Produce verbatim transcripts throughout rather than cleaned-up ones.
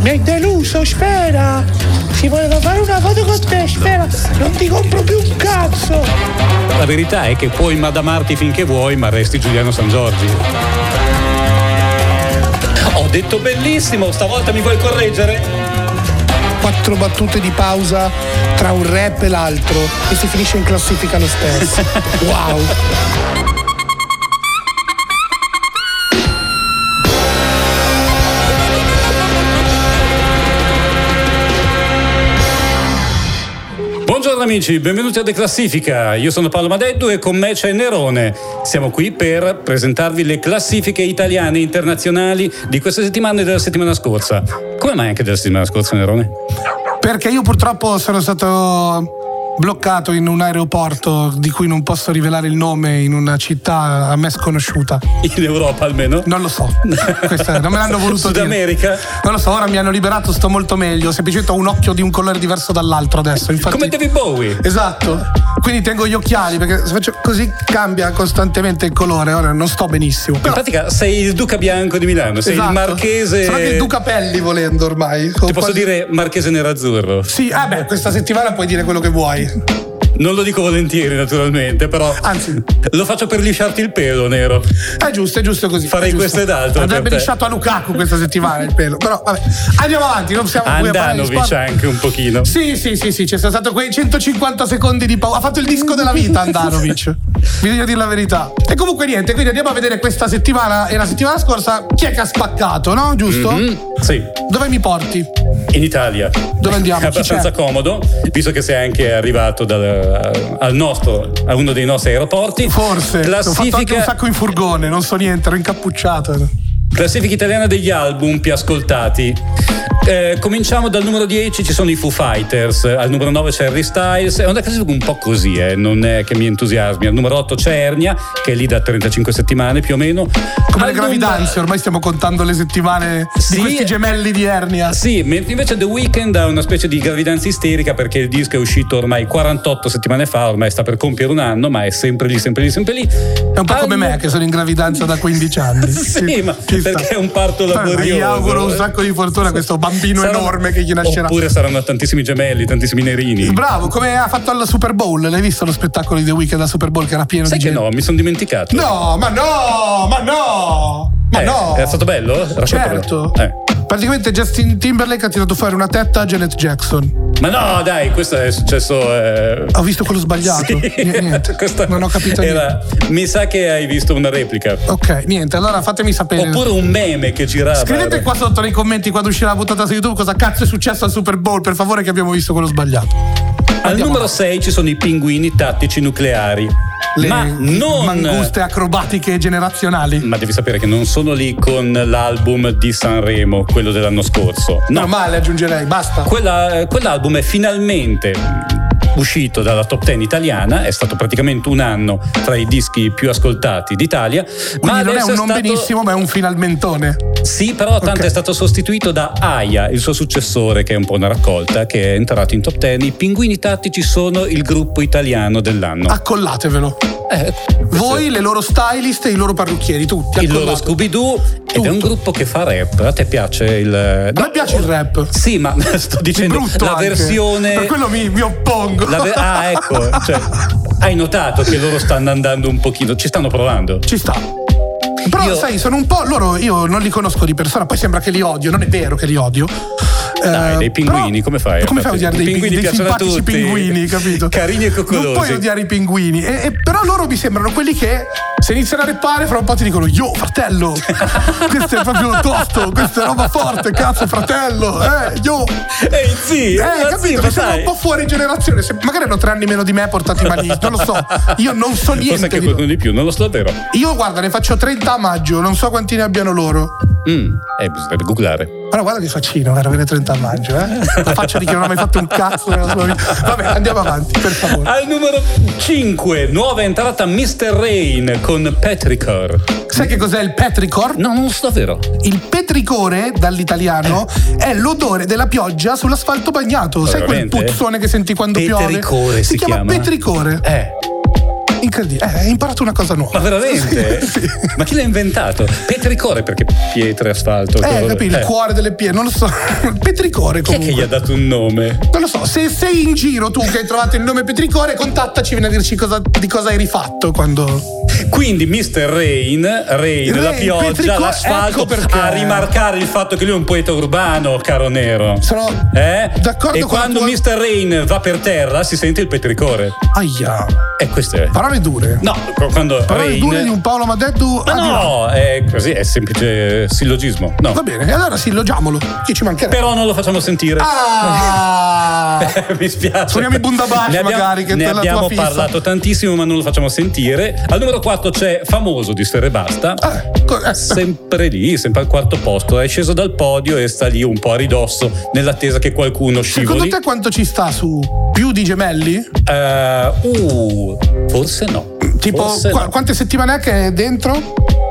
Mi hai deluso, Sfera. Si voleva fare una foto con te, Sfera. Non ti compro più un cazzo. La verità è che puoi madamarti finché vuoi, ma resti Giuliano Sangiorgi. Ho detto bellissimo, stavolta mi vuoi correggere? Quattro battute di pausa tra un rap e l'altro e si finisce in classifica lo stesso. Wow. Buongiorno amici, benvenuti a Declassifica. Io sono Paolo Madeddu e con me c'è Nerone. Siamo qui per presentarvi le classifiche italiane e internazionali di questa settimana e della settimana scorsa. Come mai anche della settimana scorsa, Nerone? Perché io purtroppo sono stato bloccato in un aeroporto di cui non posso rivelare il nome, in una città a me sconosciuta. In Europa almeno? Non lo so. Questa, non me l'hanno voluto Sud America? dire. Non lo so, ora mi hanno liberato, sto molto meglio. Semplicemente ho un occhio di un colore diverso dall'altro adesso. Infatti, come David Bowie. Esatto. Quindi tengo gli occhiali perché se faccio così cambia costantemente il colore. Ora non sto benissimo. Però, in pratica sei il Duca Bianco di Milano, sei esatto. Il Marchese. Sono anche il Duca Pelli volendo ormai. Ti posso quasi... dire Marchese Nerazzurro? Sì, eh beh, questa settimana puoi dire quello che vuoi. Non lo dico volentieri naturalmente, però anzi lo faccio per lisciarti il pelo, Nero. È giusto, è giusto così. Farei questo ed altro. Andrebbe lisciato a Lukaku questa settimana il pelo. Però vabbè, andiamo avanti, non siamo qui a parlare di sport. anche un pochino. Sì, sì, sì, sì, c'è stato quei centocinquanta secondi di pausa. Ha fatto il disco della vita Andanovic. Bisogna dire la verità. E comunque niente, quindi andiamo a vedere questa settimana e la settimana scorsa chi è che ha spaccato, no? Giusto? Mm-hmm, sì. Dove mi porti? In Italia. Dove andiamo? È abbastanza comodo, visto che sei anche arrivato dal, al nostro, a uno dei nostri aeroporti. Forse. Classifica... Ho fatto anche un sacco in furgone, non so niente, ero incappucciato. Classifica italiana degli album più ascoltati. Eh, cominciamo dal numero dieci, ci sono i Foo Fighters, al numero nove c'è Harry Styles, è una classifica un po' così, eh, non è che mi entusiasmi. Al numero otto c'è Ernia, che è lì da trentacinque settimane più o meno. Come al le gravidanze, numero... ormai stiamo contando le settimane sì, di questi gemelli di Ernia. Sì, mentre invece The Weeknd ha una specie di gravidanza isterica perché il disco è uscito ormai quarantotto settimane fa, ormai sta per compiere un anno, ma è sempre lì, sempre lì, sempre lì. È un po' al... come me, che sono in gravidanza da quindici anni. Sì, sì, ma perché sta. È un parto laborioso. Gli auguro un sacco di fortuna a questo bambino saranno, enorme che gli nascerà. Oppure saranno tantissimi gemelli, tantissimi nerini. Bravo, come ha fatto alla Super Bowl. L'hai visto lo spettacolo di The Weeknd al Super Bowl che era pieno Sai di che gente? No, mi sono dimenticato. No, ma no, ma no, ma eh, no. È stato bello? Era certo. Eh. Praticamente Justin Timberlake ha tirato fuori una tetta a Janet Jackson. Ma no, dai, questo è successo. Eh... Ho visto quello sbagliato. Sì. Niente, Questa non ho capito era... niente. Mi sa che hai visto una replica. Ok, niente, allora fatemi sapere. Oppure un meme che girava. Scrivete qua sotto nei commenti quando uscirà la puntata su YouTube cosa cazzo è successo al Super Bowl, per favore, che abbiamo visto quello sbagliato. Al Andiamo numero sei ci sono i pinguini tattici nucleari. Le ma non manguste acrobatiche generazionali. Ma devi sapere che non sono lì con l'album di Sanremo, quello dell'anno scorso. No. Normale, aggiungerei, basta. Quella, quell'album è finalmente uscito dalla top dieci italiana, è stato praticamente un anno tra i dischi più ascoltati d'Italia. Quindi ma non è un non stato... benissimo, ma è un finalmentone. Sì, però tanto okay. È stato sostituito da Aya, il suo successore, che è un po' una raccolta, che è entrato in top dieci. I Pinguini Tattici sono il gruppo italiano dell'anno. Accollatevelo. Eh, Voi, le loro stylist e i loro parrucchieri, tutti. Il loro Scooby-Doo. Ed è un gruppo che fa rap. A te piace il. A me piace il rap. Sì, ma sto dicendo la anche. versione. Per quello mi, mi oppongo. La ve... Ah, ecco. Cioè, hai notato che loro stanno andando un pochino. Ci stanno provando. Ci sta. Però io... sai, sono un po'. Loro io non li conosco di persona, poi sembra che li odio. Non è vero che li odio. Dai, eh, dei pinguini, come fai? Come fai a odiare dei pinguini? Dei simpatici pinguini, capito? Carini e coccolosi. Non puoi odiare i pinguini. E, e, però loro mi sembrano quelli che se iniziano a rappare fra un po' ti dicono: yo, fratello, questo è proprio tosto, questa è roba forte, cazzo, fratello, eh, yo. Ehi, sì, eh, capito? Mi sembra un po' fuori generazione. Se, magari hanno tre anni meno di me, portati malissimo, non lo so. Io non so niente. Forse anche qualcuno di più, non lo so davvero. Io, guarda, ne faccio trenta a maggio, non so quanti ne abbiano loro. Mm, eh, bisognerebbe googlare. Allora guarda che faccino per avere trenta a maggio, eh? La faccia di chi non ha mai fatto un cazzo nella sua vita. Vabbè, andiamo avanti, per favore. Al numero cinque, nuova entrata mister Rain con Petrichor. Sai che cos'è il Petrichor? No, non lo so davvero. Il petricore, dall'italiano, eh. è l'odore della pioggia sull'asfalto bagnato. Sai quel puzzone che senti quando Petricore piove? si, si chiama, chiama petricore. Eh. incredibile, eh, hai imparato una cosa nuova. Ma veramente? Sì, sì. Ma chi l'ha inventato? Petricore, perché pietre, asfalto. Eh, capì, il eh. cuore delle pietre, non lo so. Petricore comunque. Chi è che gli ha dato un nome? Non lo so, se sei in giro tu che hai trovato il nome Petricore, contattaci, vieni a dirci cosa, di cosa hai rifatto quando... Quindi mister Rain, Rain, Rain la pioggia, Petricore, l'asfalto, ecco perché. a rimarcare il fatto che lui è un poeta urbano, caro Nero. Sono eh? d'accordo e con quando tua... mister Rain va per terra si sente il petricore. Aia. E questo è. Parole dure. No, quando Parole Rain... dure di un Paolo Madeddu. Ma no, è così, è semplice sillogismo. No. Va bene, allora sillogiamolo. Chi ci mancherebbe? Però non lo facciamo sentire. Ah! Mi spiace. Suoniamo i Bundabash ne abbiamo, magari, che ne è la abbiamo tua fissa. parlato tantissimo, ma non lo facciamo sentire. Al numero quattro c'è Famoso di Sfera Ebbasta. Eh, co- eh. Sempre lì, sempre al quarto posto. È sceso dal podio e sta lì un po' a ridosso nell'attesa che qualcuno scivoli. Secondo te quanto ci sta su? Più di Gemelli? Uh, uh forse no. Tipo, forse qu- no. quante settimane è che è dentro?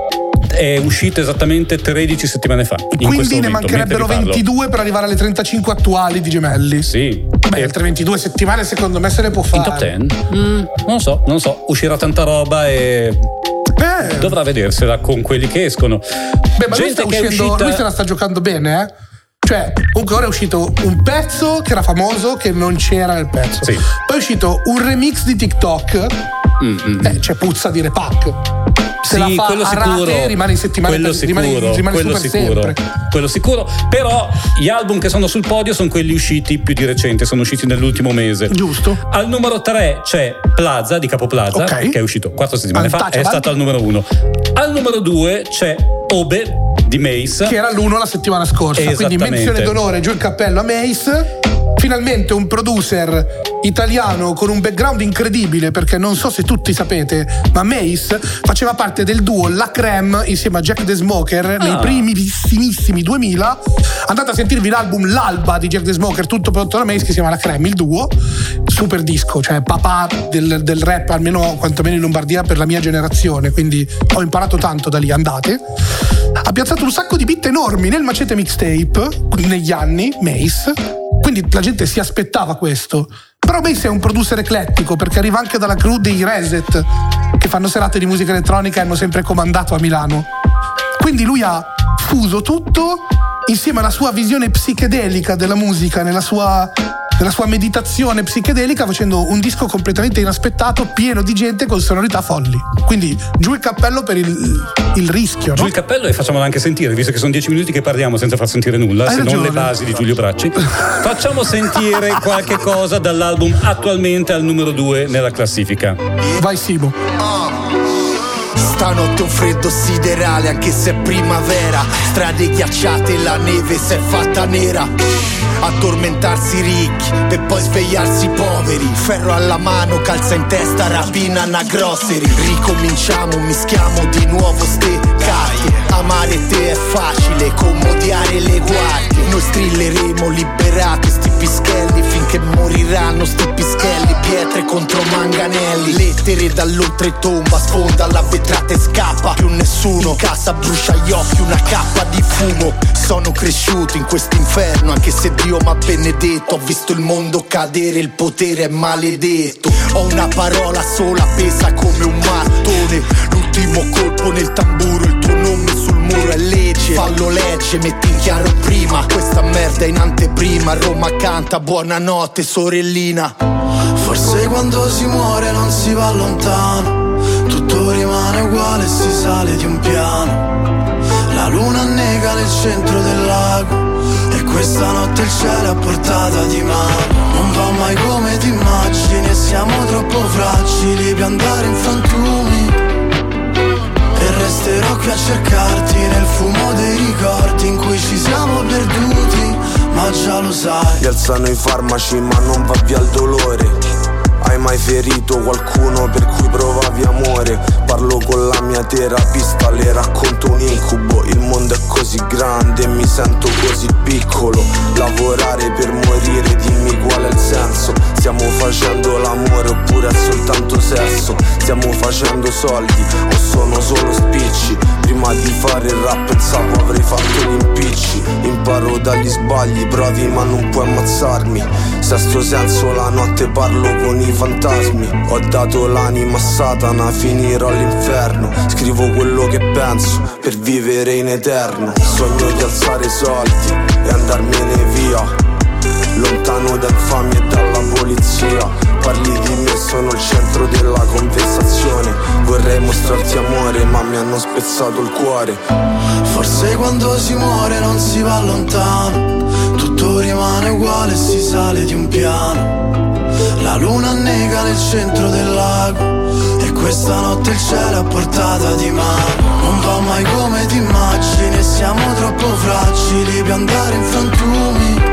È uscito esattamente tredici settimane fa. In Quindi ne momento, mancherebbero ventidue per arrivare alle trentacinque attuali di Gemelli. Sì. Beh, altre ventidue settimane secondo me se ne può fare. In top dieci? Mm, non so, non so. Uscirà tanta roba e Beh. dovrà vedersela con quelli che escono. Beh, ma lui, sta Gente che è uscendo, uscita... lui se la sta giocando bene, eh? Cioè, comunque ora è uscito un pezzo che era famoso che non c'era nel pezzo. Sì. Poi è uscito un remix di TikTok. Mm-hmm. Eh, c'è puzza di Repac. Se sì, la fa quello a sicuro, rate, rimane in settimana, quello sicuro, rimane, rimane quello super sicuro, sempre. quello sicuro. Però gli album che sono sul podio sono quelli usciti più di recente, sono usciti nell'ultimo mese. Giusto. Al numero tre c'è Plaza di Capo Plaza, Okay. che è uscito quattro settimane fa, Untouchable. è stato al numero uno. Al numero due c'è Obe di Mace, Che era l'uno la settimana scorsa. Quindi menzione d'onore, giù il cappello a Mace. Finalmente un producer italiano con un background incredibile, perché non so se tutti sapete, ma Mace faceva parte del duo La Crème insieme a Jack the Smoker ah. nei primissimissimi duemila. Andate a sentirvi l'album L'Alba di Jack the Smoker, tutto prodotto da Mace, che si chiama La Crème, il duo. Super disco, cioè papà del, del rap, almeno quantomeno in Lombardia per la mia generazione, quindi ho imparato tanto da lì, andate. Ha piazzato un sacco di beat enormi nel Macete Mixtape negli anni, Mace. Quindi la gente si aspettava questo. Però Mace è un producer eclettico, perché arriva anche dalla crew dei Reset, che fanno serate di musica elettronica e hanno sempre comandato a Milano. Quindi lui ha fuso tutto insieme alla sua visione psichedelica della musica, nella sua, nella sua meditazione psichedelica, facendo un disco completamente inaspettato, pieno di gente con sonorità folli. Quindi giù il cappello per il, il rischio, no? Giù il cappello e facciamolo anche sentire, visto che sono dieci minuti che parliamo senza far sentire nulla, Hai se ragione. non le basi di Giulio Bracci. Facciamo sentire qualche cosa dall'album attualmente al numero due nella classifica. Vai Simo. Stanotte un freddo siderale, anche se è primavera. Strade ghiacciate, la neve si è fatta nera. Addormentarsi ricchi per poi svegliarsi poveri. Ferro alla mano, calza in testa, rapina una grocery. Ricominciamo, mischiamo di nuovo ste carte. Amare te è facile, come odiare le guardie. Noi strilleremo liberati sti pischelli finché moriranno sti pischelli. Pietre contro manganelli, lettere dall'oltretomba, sfonda la vetrata e scappa. Più nessuno in casa brucia gli occhi, una cappa di fumo. Sono cresciuto in quest'inferno, anche se Dio m'ha benedetto. Ho visto il mondo cadere, il potere è maledetto. Ho una parola sola, pesa come un mattone. L'ultimo colpo nel tamburo, il tuo nome sul muro è legge. Fallo legge, metti in chiaro prima. Questa merda è in anteprima. Roma canta, buonanotte sorellina. Forse quando si muore non si va lontano, tutto rimane uguale e si sale di un piano. La luna annega nel centro del lago e questa notte il cielo è a portata di mano. Non va mai come ti immagini e siamo troppo fragili per andare in frantumi. E resterò qui a cercarti nel fumo dei ricordi in cui ci siamo perduti, ma già lo sai. Rialzano i farmaci ma non va via il dolore. Hai mai ferito qualcuno per cui provavi amore? Parlo con la mia terapista, le racconto un incubo. Il mondo è così grande e mi sento così piccolo. Lavorare per morire, dimmi qual è il senso. Stiamo facendo l'amore oppure è soltanto sesso? Stiamo facendo soldi o sono solo spicci? Prima di fare il rap pensavo avrei fatto gli impicci. Imparo dagli sbagli, bravi ma non puoi ammazzarmi. Sesto senso la notte parlo con i fantasmi. Ho dato l'anima a Satana, finirò all'inferno. Scrivo quello che penso per vivere in eterno. Sogno di alzare soldi e andarmene via, lontano da infamia e dalla polizia. Parli di me, sono il centro della conversazione. Vorrei mostrarti amore ma mi hanno spezzato il cuore. Forse quando si muore non si va lontano, tutto rimane uguale e si sale di un piano. La luna annega nel centro del lago e questa notte il cielo è a portata di mano. Non va mai come ti immagini, siamo troppo fragili per andare in frantumi.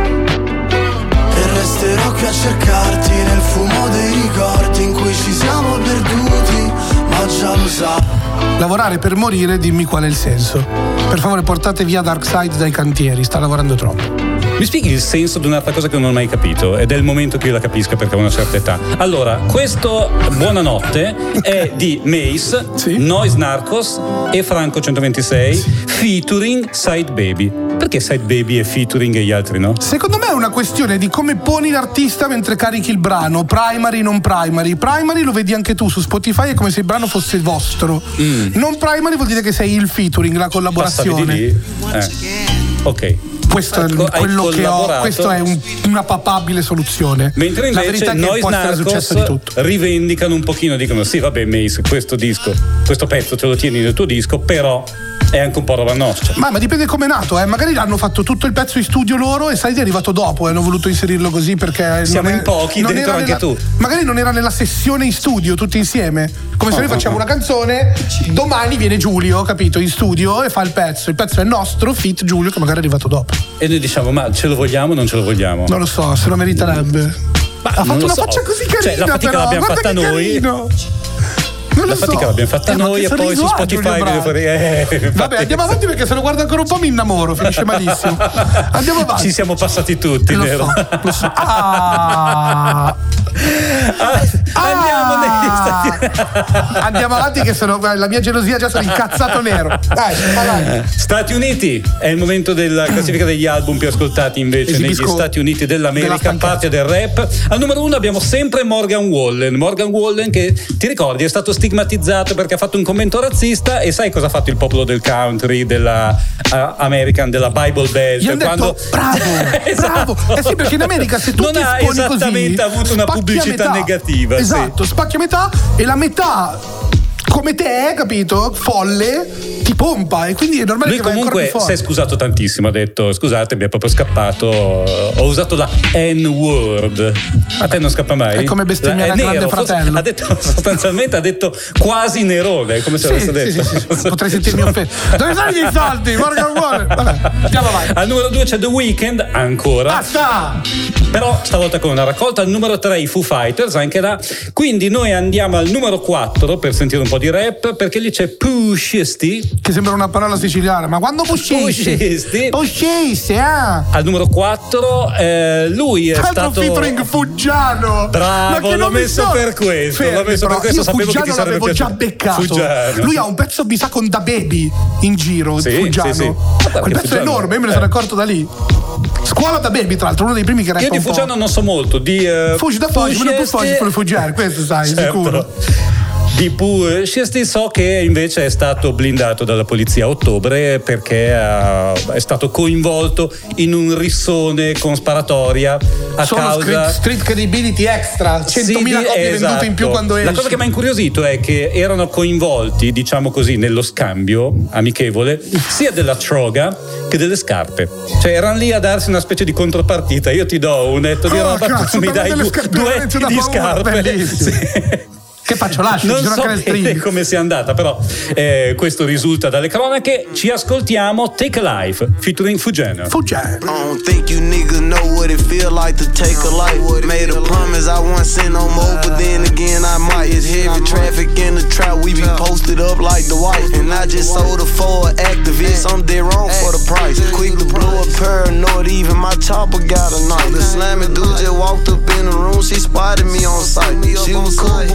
E resterò qui a cercarti nel fumo dei ricordi in cui ci siamo perduti, ma già lo sai. Lavorare per morire, dimmi qual è il senso. Per favore portate via Darkseid dai cantieri, sta lavorando troppo. Mi spieghi il senso di un'altra cosa che non ho mai capito ed è il momento che io la capisca perché ho una certa età. Allora, questo Buonanotte è di Mace, sì. Noise Narcos e Franco centoventisei, sì. Featuring Side Baby. Perché Side Baby è featuring e gli altri no? Secondo me è una questione di come poni l'artista mentre carichi il brano. Primary, non primary. Primary lo vedi anche tu su Spotify, è come se il brano fosse vostro. Mm. Non primary vuol dire che sei il featuring, la collaborazione. Passavi di lì. Eh. Ok. Questo è quello che ho, questo è un, una papabile soluzione. Mentre invece noi Narcos rivendicano un pochino, dicono sì vabbè Mace, questo disco, questo pezzo te lo tieni nel tuo disco, però è anche un po' roba nostra. Ma, ma dipende come è nato, eh. Magari hanno fatto tutto il pezzo in studio loro e Said è arrivato dopo e hanno voluto inserirlo così perché siamo non in è, pochi non dentro era anche nella, tu. Magari non era nella sessione in studio tutti insieme. Come se oh, noi facciamo oh, una canzone, domani viene Giulio, capito, in studio e fa il pezzo. Il pezzo è nostro, feat Giulio che magari è arrivato dopo. E noi diciamo ma ce lo vogliamo o non ce lo vogliamo? Non lo so, se lo meriterebbe. Ma ha fatto una so. faccia così carina, cioè, la fatica però. l'abbiamo Guarda fatta noi. Carino. Non la lo fatica so. l'abbiamo fatta eh, noi e poi su Spotify fare... eh, vabbè andiamo avanti perché se lo guardo ancora un po' mi innamoro, finisce malissimo. Andiamo avanti. Ci siamo passati tutti, lo vero? So, lo so. Ah. Ah. Andiamo negli Stati andiamo avanti che sono la mia gelosia già sono incazzato nero. Dai, vai. Stati Uniti è il momento della classifica degli album più ascoltati invece negli Stati Uniti dell'America, parte del rap. Al numero uno abbiamo sempre Morgan Wallen. Morgan Wallen che ti ricordi è stato stigmatizzato perché ha fatto un commento razzista e sai cosa ha fatto il popolo del country, della uh, American, della Bible Belt? Gli hanno quando... detto bravo, esatto. bravo. Eh sì, perché in America se tu non ti ha esponi esattamente così, avuto una pubblicità negativa. Esatto, sì. Spacchi a metà e la metà come te, capito? Folle ti pompa e quindi è normale lui che vai ancora più comunque forte. si è scusato tantissimo, ha detto scusate mi è proprio scappato, ho usato la N-word. A te non scappa mai? È come bestemmiare il Grande Fratello. Ha detto sostanzialmente ha detto quasi Nerone, come se sì, avesse sì, detto sì, sì. Potrei sentirmi offeso. Dove sono gli soldi? Morgan Wallen. Vabbè, andiamo avanti. Al numero due c'è The Weeknd ancora. Basta! Però stavolta con una raccolta. Al numero tre i Foo Fighters anche là. Quindi noi andiamo al numero quattro per sentire un po' di rap, perché lì c'è Pushisti, che sembra una parola siciliana, ma quando pushisti? Pushisti Pushisti, ah! Al numero quattro eh, lui è Altro stato featuring Fuggiano. Bravo, l'ho messo so. per questo Fermi, l'ho messo per questo, io sapevo Fuggiano che ti sarebbe l'avevo piaciuto. già beccato. Fuggiano. Lui ha un pezzo mi sa con Da Baby in giro, sì, Fuggiano. sì, sì. Quel pezzo Fuggiano, è enorme, io me ne eh. sono accorto da lì. Scuola Da Baby, tra l'altro, uno dei primi che rappa. Io di un Fuggiano po'. non so molto, di uh, Fuggi da Foggi, ma non puoi Foggi per Fuggiare, questo sai, certo. sicuro. Di Pushisti so che invece è stato blindato dalla polizia a ottobre perché uh, è stato coinvolto in un rissone con sparatoria a Sono causa Street Credibility Extra, centomila sì, copie esatto. vendute in più quando esce. La cosa che mi ha incuriosito è che erano coinvolti, diciamo così, nello scambio amichevole sia della droga che delle scarpe. Cioè erano lì a darsi una specie di contropartita. Io ti do un netto di oh, roba, cazzo, tu mi dai due duetti di scarpe. Sì. Che faccio? Lascio, non so bene come sia andata, però eh, questo risulta dalle cronache. Ci ascoltiamo Take a Life featuring Fuggiano. Fuggiano. I don't think you niggas know what it feel like to take a life. Made a promise I won't say no more, but then again I might. It's heavy traffic in the trap, we be posted up like the white. And I just sold a Ford Activist, I'm dead wrong for the price. Quick to blow a paranoid, even my chopper got a knife. The slamming dude just walked up in the room, she spotted me on sight. She was cool before we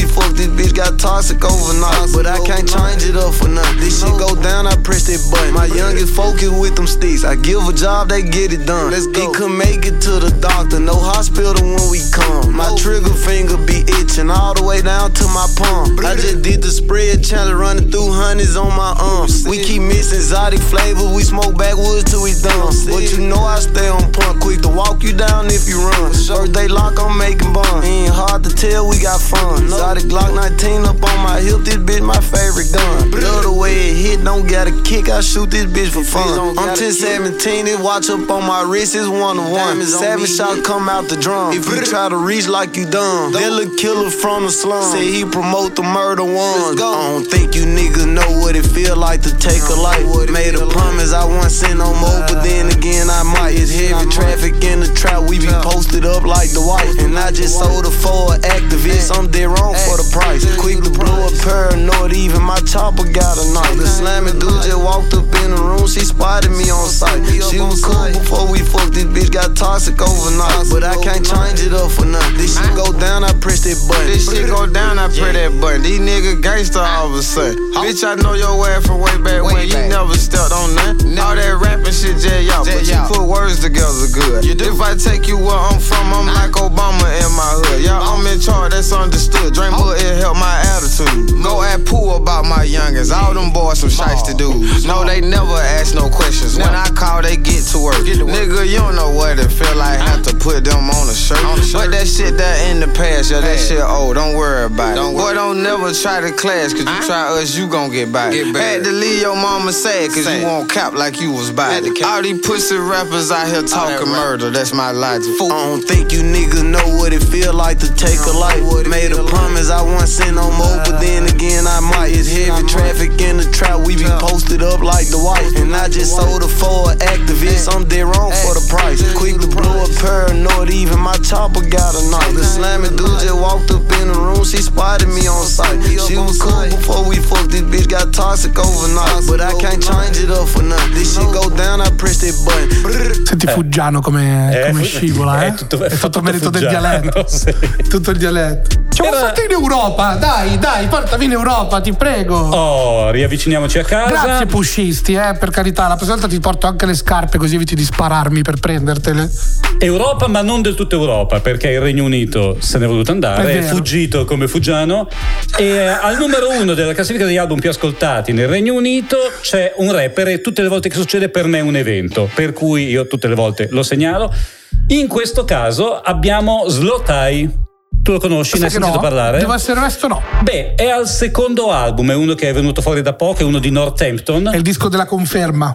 fucked, this bitch got toxic overnight. But I can't change it up for nothing. This shit go down, I press that button. My youngest focus with them sticks. I give a job, they get it done. Let's go. He could make it to the doctor, no hospital when we come. My trigger finger be itching all the way down to my palm. I just did the spread challenge, running through hundreds on my arms. We keep missing exotic flavors, we smoke backwoods till we done. But you know I stay on point, quick to walk you down if you run. Birthday lock, I'm making bun. Ain't hard to tell, we got fun. Exotic Glock nineteen up on my hip, this bitch my favorite gun. Love the way it hit, don't got a kick, I shoot this bitch for fun. I'm ten seventeen, this watch up on my wrist is one to one. Seven shot come out the drum. If you try to reach like you done, that little killer from the slum say he promote the murder ones. I don't think you niggas know what it feel like to take a life. Made a promise I won't sin no more, but then again I might. It's heavy traffic in the trap, we be posted up like the white. And I just sold a for an activist, I'm dead wrong for the price. Quick to blow a paranoid, even my chopper got a knife. The slamming dude just walked up in the room, she spotted me on sight. She was cool before we fucked, this bitch got toxic overnight. But I can't change it up for nothing. This shit go down, I press that button. This shit go down, I press that button. These niggas gangsta all of a sudden. Bitch, I know your ass from way back when you never stepped on nothing. All that rapping shit, J y'all, but you put words together good. If I take you where I'm from, I'm like Obama in my hood. Y'all, I'm in charge, that's understood. Drink but it help my attitude. Go at Pooh about my youngins. All them boys some shites to do. No, they never ask no questions. When I call, they get to work. Nigga, you don't know what it feel like. Have to put them on a shirt. But that shit that in the past, yeah, that shit old. Don't worry about it. Boy, don't never try to clash, cause you try us, you gon' get back. Had to leave your mama sad, cause you won't cap like you was by. All these pussy rappers out here talking murder, that's my logic. I don't think you niggas know what it feel like to take a life. Made a promise I won't sin no more, but then again I might. It's heavy traffic in the trap, we be posted up like the white. And I just sold a for an activist, I'm dead wrong for the price. Quick to blow a paranoid, even my chopper got a knife. The slamming dude just walked up in the room, she spotted me on sight. She was cool before we fucked, this bitch got toxic overnight. But I can't change it up for nothing. This shit go down, I press that button. Senti Fuggiano come, eh, come scivola, eh? È tutto, è è tutto merito del Fuggiano, dialetto. sì. Tutto il dialetto. Ci vuoi Era... portare in Europa? Dai, dai, portami in Europa, ti prego. Oh, riavviciniamoci a casa. Grazie pushisti, eh, per carità. La prossima volta ti porto anche le scarpe così eviti di spararmi per prendertele. Europa, ma non del tutto Europa, perché il Regno Unito se n'è voluto andare, è, è fuggito come Fuggiano. E al numero uno della classifica degli album più ascoltati nel Regno Unito c'è un rapper e tutte le volte che succede per me è un evento, per cui io tutte le volte lo segnalo. In questo caso abbiamo Slowthai. Tu lo conosci? Ne hai sentito no, parlare? Devo essere onesto, no. Beh, è al secondo album, è uno che è venuto fuori da poco, è uno di Northampton. È il disco della conferma.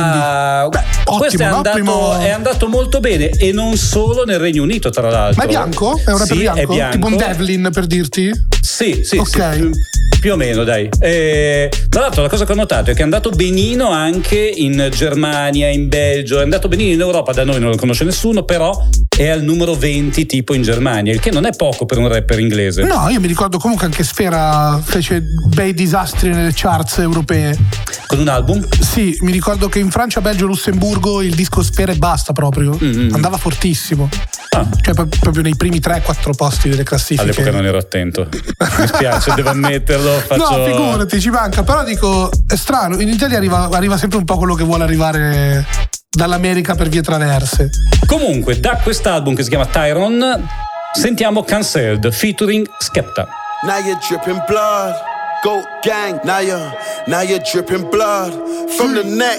Ah, Beh, ottimo, questo è, no? andato, Primo... è andato molto bene e non solo nel Regno Unito, tra l'altro. Ma è bianco? È un rapper sì, bianco? È bianco? Tipo un Devlin, per dirti? Sì, sì, ok. Sì, più o meno, dai. E, tra l'altro la cosa che ho notato è che è andato benino anche in Germania, in Belgio, è andato benino in Europa, da noi non lo conosce nessuno, però è al numero venti tipo in Germania, il che non è poco per un rapper inglese. No, io mi ricordo comunque anche Sfera fece bei disastri nelle charts europee. Con un album? Sì, mi ricordo che in Francia, Belgio, Lussemburgo il disco Sfera e basta proprio. Mm-hmm. Andava fortissimo. Ah. Cioè proprio nei primi tre quattro posti delle classifiche. All'epoca non ero attento. Mi spiace, devo ammetterlo. Faccio... No, figurati, ci manca. Però dico, è strano, in Italia arriva, arriva sempre un po' quello che vuole arrivare dall'America per vie traverse. Comunque, da quest'album che si chiama Tyron, sentiamo Cancelled featuring Skepta. Now you're dripping blood, goat gang. Now you're, now you're dripping blood from the neck,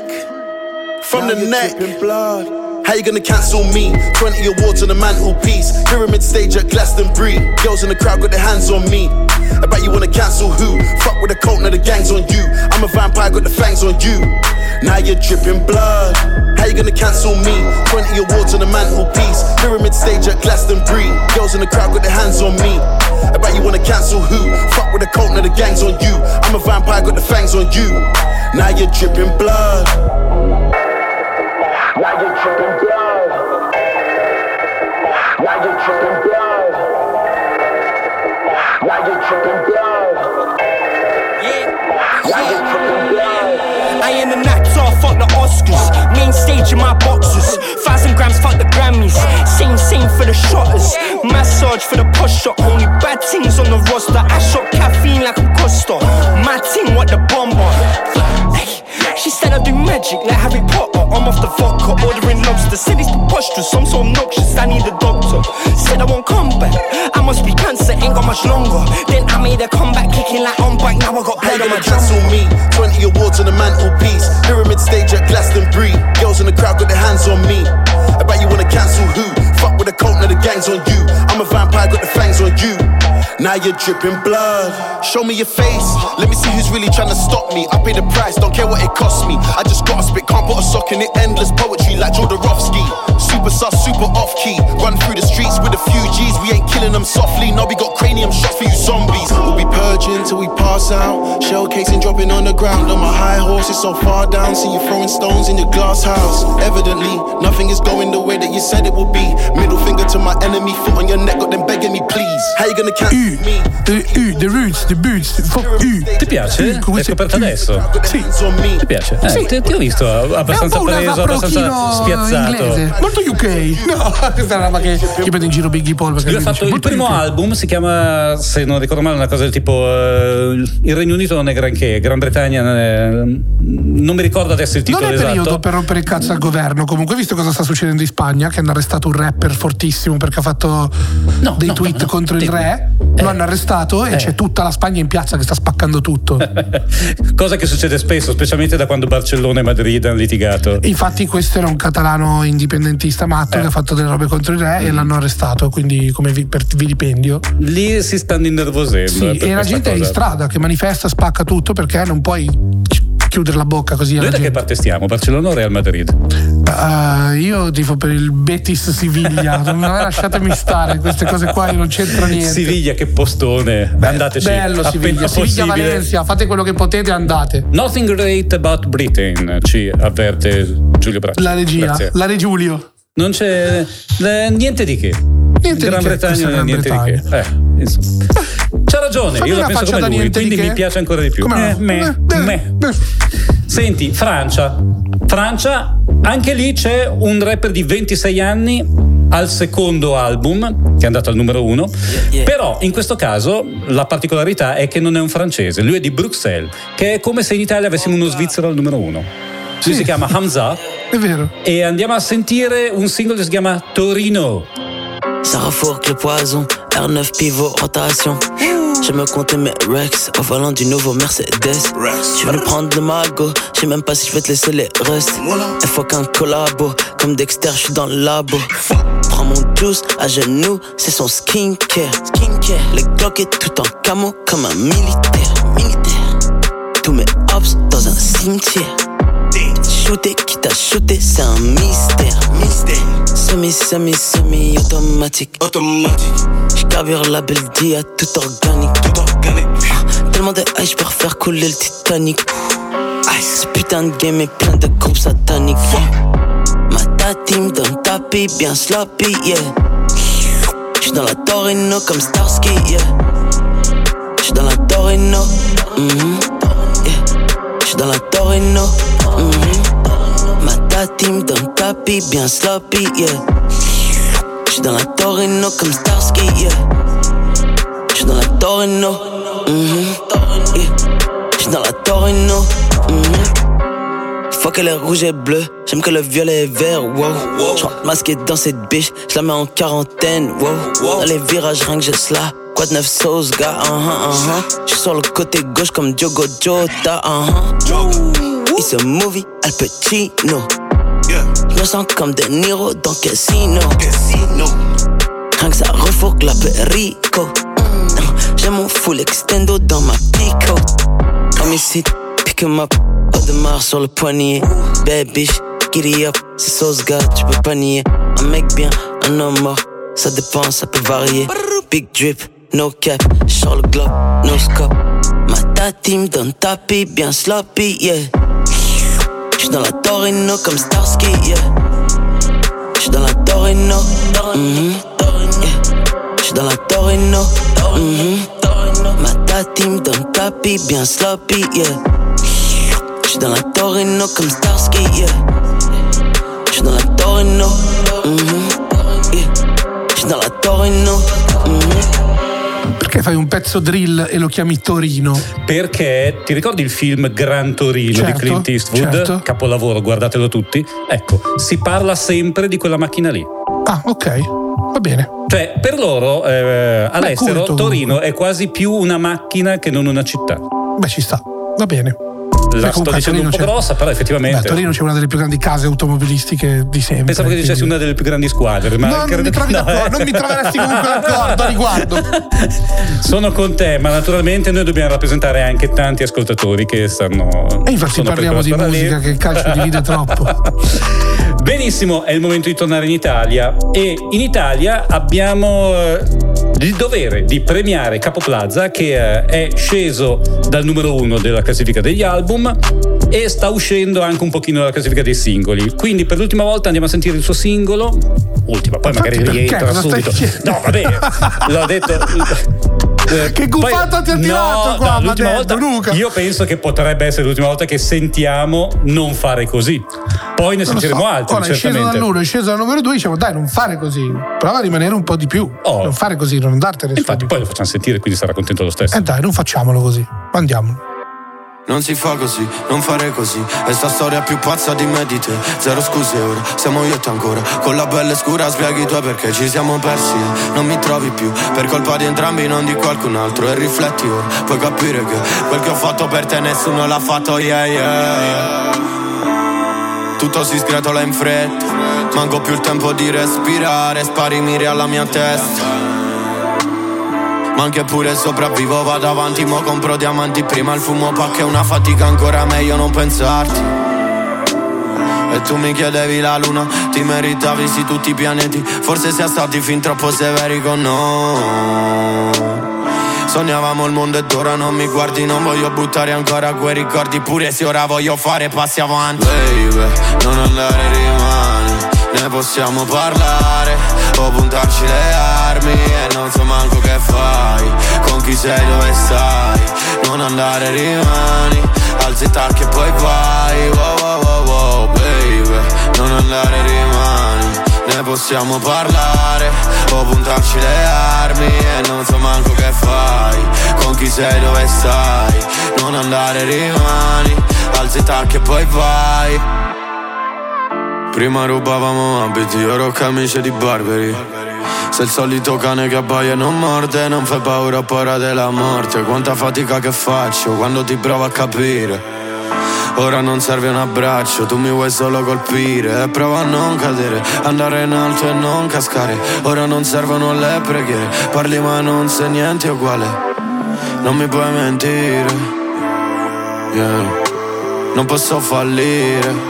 from now the neck. Dripping blood. How you gonna cancel me? twenty awards on the mantelpiece. Pyramid stage at Glastonbury. Girls in the crowd got their hands on me. I bet you wanna cancel who? Fuck with the cult, now the gang's on you. I'm a vampire, got the fangs on you. Now you're dripping blood. How you gonna cancel me? twenty awards on the mantelpiece. Pyramid stage at Glastonbury. Girls in the crowd got their hands on me. I bet you wanna cancel who? Fuck with the cult, now the gang's on you. I'm a vampire, got the fangs on you. Now you're dripping blood. Now you're dripping blood. Now you're dripping blood. Now you're dripping blood. Yeah. Now you're dripping blood. I ain't an actor, fuck the Oscars. Main stage in my boxes. Thousand grams, fuck the Grammys. Same, same for the shotters. Massage for the posture. Only bad things on the roster. I shot caffeine like I'm Costa. My team, what the bomber. She said I do magic like Harry Potter. I'm off the vodka, ordering lobster. Said it's preposterous, I'm so obnoxious, I need a doctor. Said I won't come back, I must be cancer, ain't got much longer. Then I made a comeback, kicking like on bike. Now I got blood on my cancel me, twenty awards on the mantelpiece. Pyramid stage at Glastonbury. Girls in the crowd got their hands on me. I bet you wanna cancel who? Fuck with the cult, now the gang's on you. I'm a vampire, got the fangs on you. Now you're dripping blood. Show me your face, let me see who's really trying to stop me. I pay the price, don't care what it costs me. I just gotta spit, can't put a sock in it. Endless poetry like Jodorowsky. Super sus, super off key. Run through the streets with a few G's. We ain't killing them softly, now we got cranium shots for you zombies. We'll be purging till we pass out. Shell casing dropping on the ground. On my high horse, it's so far down. See you throwing stones in your glass house. Evidently, nothing is going the way that you said it would be. Middle finger to my enemy, foot on your neck, got them begging me please. How you gonna cancel me? The U, the roots, the boots, fuck U. Ti piace? L'hai scoperto adesso? Sì. Ti piace? Eh, sì. ti, ti ho visto abbastanza preso, abbastanza spiazzato. Inglese. Molto U K. No, questa è una roba che io prendo in giro Biggie Paul. Lui ha fatto il primo U K. Album, si chiama, se non ricordo male, una cosa del tipo uh, il Regno Unito non è granché, Gran Bretagna è, non mi ricordo adesso il titolo esatto. Non è periodo esatto. per rompere il cazzo al governo. Comunque, visto cosa sta succedendo in Spagna, che hanno arrestato un rapper fortissimo perché ha fatto no, dei no, tweet no, no, contro no, il re. Eh. Lo hanno arrestato e eh. c'è tutta la Spagna in piazza che sta spaccando tutto. Cosa che succede spesso, specialmente da quando Barcellona e Madrid hanno litigato. Infatti questo era un catalano indipendentista matto eh. che ha fatto delle robe contro il re mm. e l'hanno arrestato, quindi come vi, per vilipendio. Lì si stanno innervosendo. Sì, e la gente cosa. È in strada che manifesta, spacca tutto perché non puoi chiudere la bocca così. Noi da gente. Che parte stiamo? Barcellona o Real Madrid? Uh, io tifo per il Betis Siviglia. Non lasciatemi stare, queste cose qua io non c'entro niente. Siviglia, che postone. Beh, andateci. Bello Siviglia, Siviglia Valencia, fate quello che potete, andate. Nothing great about Britain, ci avverte Giulio Bracci. La regia, Grazie. la Regiulio. Non c'è eh, niente di che. Niente Gran di Bretagna, che, Gran niente Bretagna. di che. Eh, insomma. C'ha ragione, Fammi io la penso come lui, quindi mi piace ancora di più. Eh, me, eh, me. eh. Senti, Francia. Francia, anche lì c'è un rapper di ventisei anni al secondo album, che è andato al numero uno. Yeah, yeah. Però in questo caso la particolarità è che non è un francese, lui è di Bruxelles, che è come se in Italia avessimo uno svizzero al numero uno. Lui sì. si chiama Hamza. È vero. E andiamo a sentire un singolo che si chiama Torino. Sarah Fourque, le poison, R neuf pivot, rotation. Je me comptais mes Rex au volant du nouveau Mercedes. Je suis venu prendre le magot, je sais même pas si je vais te laisser les restes. Il faut qu'un collabo, comme Dexter, je suis dans le labo. Prends mon juice à genoux, c'est son skincare. Skincare. Les Glock est tout en camo comme un militaire. Militaire. Tous mes hops dans un cimetière. Shooter, qui t'a shooté, c'est un mystère. Mystère. Semi, semi, semi automatique. Automatique. J'carbure la belle dia, tout organique. Tout organique. Ah, tellement de ice, j'peux refaire couler le Titanic. Ice. Ce putain de game est plein de groupes sataniques. Ma tati me donne tapis, bien sloppy, yeah. J'suis dans la Torino comme Starsky, yeah. J'suis dans la Torino, mm-hmm. yeah. J'suis dans la Torino, mm-hmm. Ma tati me donne tapis, bien sloppy, yeah. J'suis dans la Torino comme Starsky, yeah. J'suis dans la Torino, mm-hmm. yeah. J'suis dans la Torino, mm-hmm. Faut qu'elle est rouge et bleue, j'aime que le violet est vert, wow. J'rentre masqué dans cette biche, j'la mets en quarantaine, wow. Dans les virages, rien que je slap. Quoi de neuf sauce, gars, uh-huh, uh-huh. J'suis sur le côté gauche comme Diogo Jota, uh-huh. It's a movie, Al Pacino. J'me sens comme De Niro dans Casino. Rien que ça refourque la Perico. J'ai mon full extendo dans ma pico. Comme ici, pick 'em up. Audemars sur le poignet. Bad bitch, giddy up. C'est sauce, gars, tu peux pas nier. Un mec bien, un homme mort. Ça dépend, ça peut varier. Big drip, no cap, sur le globe, no scope. Ma tati me donne tapis, bien sloppy, yeah. J'suis dans la Torino comme Starsky, yeah. J'suis dans la Torino, mm-hmm. yeah. J'suis dans la Torino, mm-hmm. Ma tati me donne tapis, bien sloppy, yeah. J'suis dans la Torino comme Starsky, yeah. J'suis dans la Torino, mm-hmm. yeah. J'suis dans la Torino, mm-hmm. Perché fai un pezzo drill e lo chiami Torino? Perché ti ricordi il film Gran Torino, certo, di Clint Eastwood? Certo. Capolavoro, guardatelo tutti. Ecco, si parla sempre di quella macchina lì. Ah, ok, va bene. Cioè, per loro eh, all'estero culto, Torino è quasi più una macchina che non una città. Beh, ci sta, va bene. La sto dicendo un po' c'è... grossa, però effettivamente. Beh, a Torino c'è una delle più grandi case automobilistiche di sempre. Pensavo che dicessi quindi... una delle più grandi squadre. Ma no, credo... non mi trovi no, d'accordo, eh. non mi troveresti comunque d'accordo a riguardo. Sono con te, ma naturalmente noi dobbiamo rappresentare anche tanti ascoltatori che stanno. E infatti parliamo di musica, che il calcio divide troppo. Benissimo, è il momento di tornare in Italia. E in Italia abbiamo il dovere di premiare Capo Plaza, che è sceso dal numero uno della classifica degli album e sta uscendo anche un pochino dalla classifica dei singoli. Quindi per l'ultima volta andiamo a sentire il suo singolo. Ultima, poi magari rientra subito. No, vabbè, l'ho detto. Che gufata ti ha tirato no, qua, no, l'ultima volta, Luca. io penso che potrebbe essere l'ultima volta che sentiamo Non fare così. Poi ne sentiremo so. altri. Ora è sceso dall'uno, è sceso dal numero due, diciamo dai, non fare così. Prova a rimanere un po' di più. Oh. Non fare così, non andartene. Infatti poi lo facciamo sentire, quindi sarà contento lo stesso. Eh dai, non facciamolo così. Andiamo. Non si fa così, non fare così. È sta storia più pazza di me di te. Zero scuse ora, siamo io e te ancora. Con la pelle scura spieghi tu perché ci siamo persi e non mi trovi più. Per colpa di entrambi, non di qualcun altro. E rifletti ora, puoi capire che quel che ho fatto per te nessuno l'ha fatto, yeah yeah. Tutto si sgretola in fretta, manco più il tempo di respirare. Spari miri alla mia testa, ma anche pure sopravvivo, vado avanti, mo compro diamanti. Prima il fumo pacca è una fatica, ancora meglio non pensarti. E tu mi chiedevi la luna, ti meritavi sì tutti i pianeti. Forse siamo stati fin troppo severi con noi. Sognavamo il mondo ed ora non mi guardi. Non voglio buttare ancora quei ricordi, pure se ora voglio fare passi avanti. Baby, non andare, rimani, ne possiamo parlare o puntarci le armi e non so manco che fai, con chi sei, dove stai. Non andare, rimani, alzi tal che poi vai. Wow wow wow wow, baby, non andare, rimani, ne possiamo parlare o puntarci le armi e non so manco che fai, con chi sei, dove stai. Non andare, rimani, alzi tal che poi vai. Prima rubavamo abiti, ora ho camicie di Barberi. Se il solito cane che abbaia non morde, non fai paura, ho paura della morte. Quanta fatica che faccio quando ti provo a capire. Ora non serve un abbraccio, tu mi vuoi solo colpire. E prova a non cadere, andare in alto e non cascare. Ora non servono le preghiere, parli ma non sai niente uguale. Non mi puoi mentire, yeah. Non posso fallire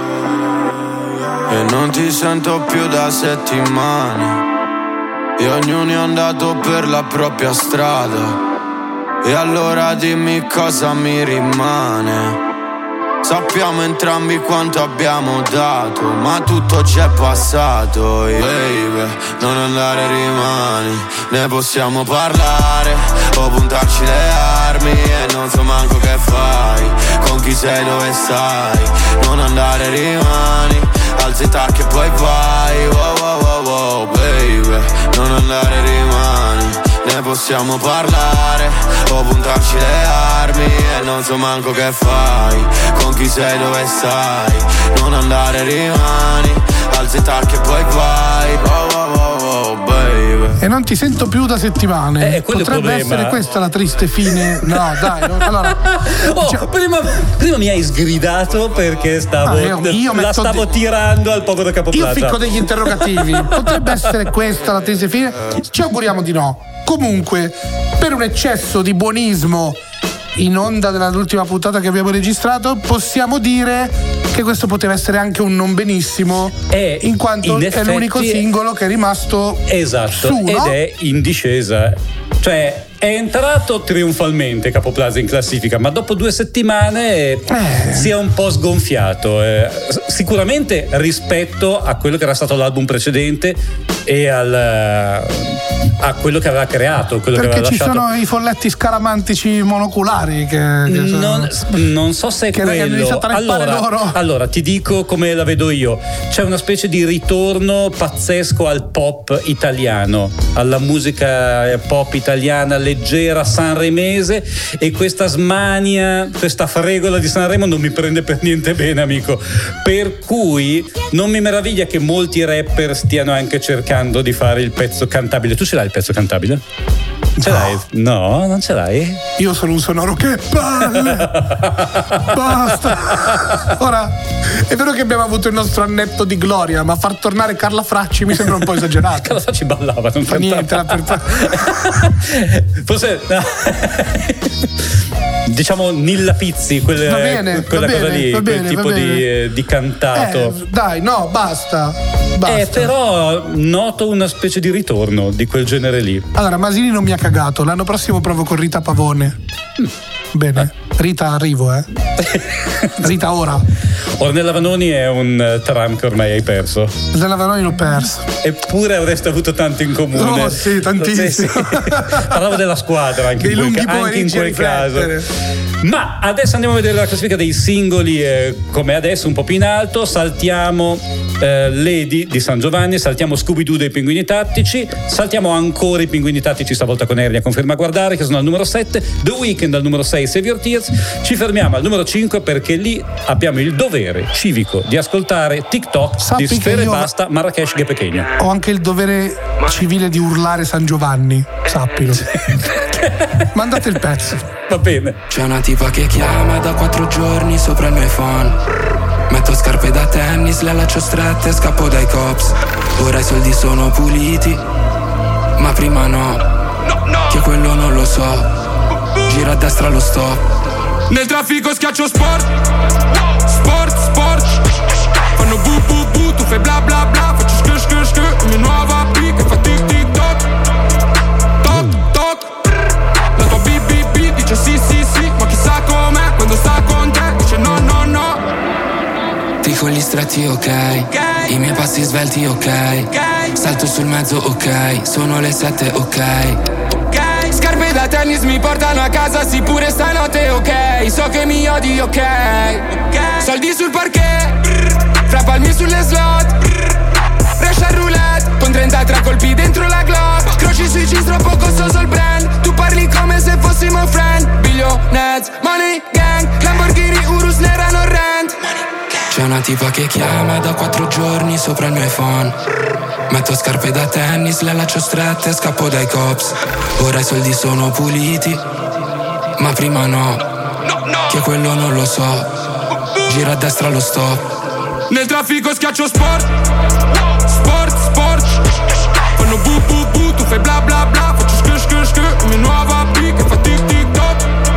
e non ti sento più da settimane. E ognuno è andato per la propria strada. E allora dimmi cosa mi rimane. Sappiamo entrambi quanto abbiamo dato, ma tutto c'è passato, yeah. Baby, non andare, rimani, ne possiamo parlare o puntarci le armi e non so manco che fai, con chi sei, dove stai. Non andare, rimani, alzi tal che poi vai. Wow wow wow wow, baby, non andare, rimani, ne possiamo parlare o puntarci le armi e non so manco che fai, con chi sei, dove stai. Non andare, rimani, alzi tal che poi vai. Wow wow wow wow, baby. E non ti sento più da settimane. Eh, potrebbe essere questa la triste fine. No dai, no, allora oh, cioè... prima, prima mi hai sgridato perché stavo, ah, io, io la stavo di... tirando al povero Capo Plaza. Io ficco degli interrogativi. Potrebbe essere questa la triste fine? Ci auguriamo di no. Comunque, per un eccesso di buonismo in onda dell'ultima puntata che abbiamo registrato, possiamo dire che questo poteva essere anche un non benissimo, e in quanto in è l'unico singolo che è rimasto esatto su, no? Ed è in discesa, cioè è entrato trionfalmente Capo Plaza in classifica, ma dopo due settimane eh. si è un po' sgonfiato, eh, sicuramente rispetto a quello che era stato l'album precedente, e al, a quello che aveva creato, quello perché che aveva ci lasciato. Sono i folletti scaramantici monoculari che, che sono, non, non so se è che quello. Allora, loro. allora ti dico come la vedo io. C'è una specie di ritorno pazzesco al pop italiano, alla musica pop italiana leggera sanremese, e questa smania, questa fregola di Sanremo non mi prende per niente bene, amico, per cui non mi meraviglia che molti rapper stiano anche cercando di fare il pezzo cantabile. Tu ce l'hai il pezzo cantabile? Ce no. l'hai? No, non ce l'hai? Io sono un sonoro, che palle! Basta! Ora, è vero che abbiamo avuto il nostro annetto di gloria, ma far tornare Carla Fracci mi sembra un po' esagerato. Carla Fracci ballava, non fa niente. La per... Forse no. Diciamo Nilla Pizzi, quelle, va bene, quella va cosa bene, lì, va quel bene, tipo di, di cantato. Eh, dai, no, basta. basta. Eh, però noto una specie di ritorno di quel genere lì. Allora, Masini non mi ha cagato. L'anno prossimo provo con Rita Pavone. Mm. Bene, Rita arrivo, eh. Rita ora. Ornella Vanoni è un tram che ormai hai perso. Ornella Vanoni l'ho perso. Eppure avreste avuto tanto in comune. No, sì, tantissimo. Sì, sì. Parlavo della squadra anche dei in quel, lunghi ca- anche in quel caso. Ma adesso andiamo a vedere la classifica dei singoli, eh, come adesso, un po' più in alto. Saltiamo eh, Lady di San Giovanni, saltiamo Scooby-Doo dei Pinguini Tattici, saltiamo ancora i Pinguini Tattici, stavolta con Ernia conferma a guardare, che sono al numero sette, The Weeknd al numero sei, Save Your Tears. Ci fermiamo al numero cinque perché lì abbiamo il dovere civico di ascoltare TikTok Sappi di Sfere Basta, Marrakesh Che Pequeño. Ho anche il dovere civile di urlare San Giovanni, sappilo. Mandate il pezzo. Va bene. C'è una tipa che chiama da quattro giorni sopra il mio iPhone. Metto scarpe da tennis, le allaccio strette, scappo dai cops. Ora i soldi sono puliti, ma prima no, no, no. Che quello non lo so. Gira a destra lo stop. Nel traffico schiaccio sport, sport, sport. Fanno bu bu bu, tu fai bla bla bla. Faccio sk sk sk, mia nuova B che fa tic tic toc. Toc toc. La tua B B B dice sì sì sì, ma chissà com'è quando sta con te, dice no no no. Ti con gli stretti ok, i miei passi svelti ok, salto sul mezzo ok, sono le sette ok. Scarpe da tennis mi portano a casa, sì pure stanotte ok, so che mi odi ok, soldi sul parquet, fra palmi sulle slot, Russia roulette, con trentatré colpi dentro la Glock, croci sui jeans troppo costoso il brand, tu parli come se fossimo friend, billionaires, money gang, Lamborghini, Urus, nera non rent. C'è una tipa che chiama da quattro giorni sopra il mio iPhone. Metto scarpe da tennis, le allaccio strette, scappo dai cops. Ora i soldi sono puliti, ma prima no, no, no. Che quello non lo so. Gira a destra lo stop. Nel traffico schiaccio sport, sport, sport. Fanno bu bu bu, tu fai bla bla bla. Faccio sk sk sk, mia nuova B che fa tic tic toc.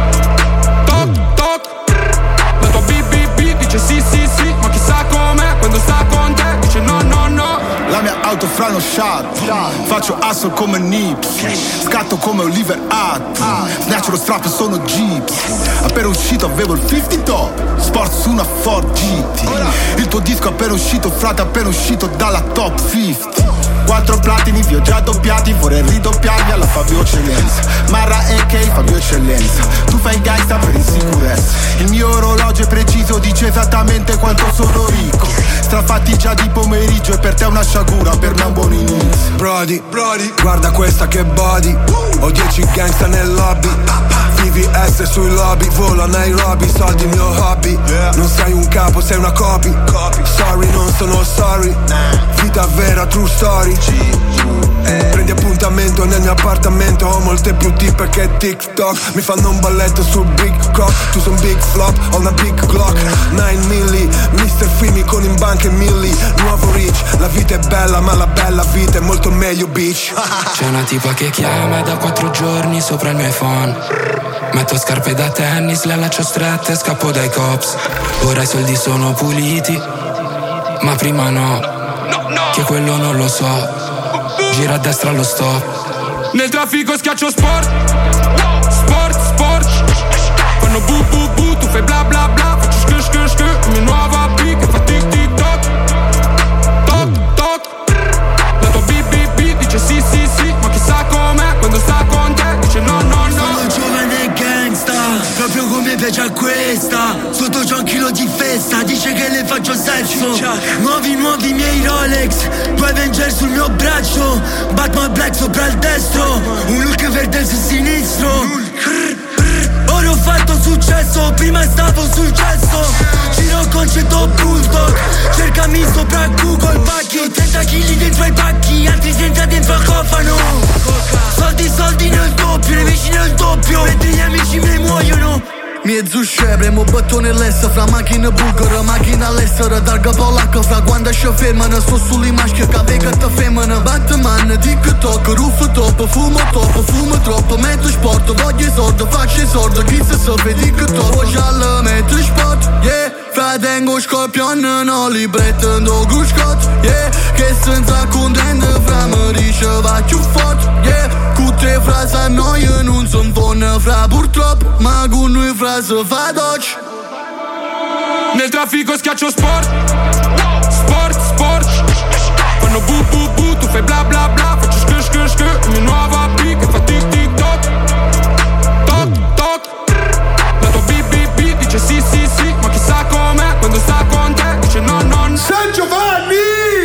Toc toc. La tua B B B dice sì sì sì, ma chissà com'è quando sta con te, dice no no no. La mia auto fra uno shot, faccio asso come Nips, scatto come Oliver Act, snatcho lo strap e sono Jeeps. Appena uscito avevo il cinquanta top, sport su una Ford G T. Il tuo disco appena uscito, frate, appena uscito dalla top cinquanta. Quattro platini, vi ho già doppiati, vorrei ridoppiarmi alla Fabio Eccellenza. Marra A K, Fabio Eccellenza. Tu fai gangsta per insicurezza. Il mio orologio è preciso, dice esattamente quanto sono ricco. Strafatti già di pomeriggio e per te una sciagura, per me è un buon inizio. Brody, Brody, guarda questa che body. Ho dieci gangsta nel lobby. V V S sui lobby, volo a Nairobi, soldi il mio hobby. Non sei un capo, sei una copy. Sorry, non sono sorry. Vita vera, true story. Prendi appuntamento nel mio appartamento. Ho molte più tipe che TikTok. Mi fanno un balletto sul big cock. Tu son big flop, ho una big Glock. nine milli, mister Fimi con in banca e milli. Nuovo rich, la vita è bella ma la bella vita è molto meglio bitch. C'è una tipa che chiama da quattro giorni sopra il mio iPhone. Metto scarpe da tennis, le allaccio strette, scappo dai cops. Ora i soldi sono puliti, ma prima no, no, no. Che quello non lo so. Gira a destra lo stop. Nel traffico schiaccio sport, sport, sport. Fanno bu bu bu, tu fai bla bla bla. Faccio sk sk sk, mia nuova B che fa tic tic toc. Toc toc. La tua B B sotto c'ho un chilo di festa, dice che le faccio sesso. Nuovi, nuovi miei Rolex, due Avenger sul mio braccio, Batman Black sopra il destro, un look verde sul sinistro. Ora ho fatto successo, prima stavo sul cesso. Giro con cento bulldog, cercami sopra Google pacchi. trenta chili dentro ai pacchi, altri senza dentro al cofano. Soldi, soldi nel doppio, nemici nel doppio, mentre gli amici mi muoiono. Mezzo scebre, mo bottone l'essa, fra macchina bulgara, macchina all'estera, targa polacca, fra quando ci fermano, sto sulle masche, che vega te femmina. Batman, TikTok, roof top, fumo top, fumo troppo, metto sport, voglio i soldi, faccio i soldi, chi se soffre TikTok, voglio alla metto spot, yeah. Fra tengo scorpion, no li pretendo cruscot, yeah. Che senza contento, fra mi dice va più forte, yeah. Tutte frasi a noi non son buone, fra purtroppo, ma con noi fra se fa doccia. Nel traffico schiaccio sport, sport, sport. Fanno bu bu bu, tu fai bla bla bla, faccio sk sk sk, mia nuova B che fa tic tic toc, toc toc. La tua B B B dice sì sì sì, ma chissà com'è quando sta con te, dice no no no. San Giovanni!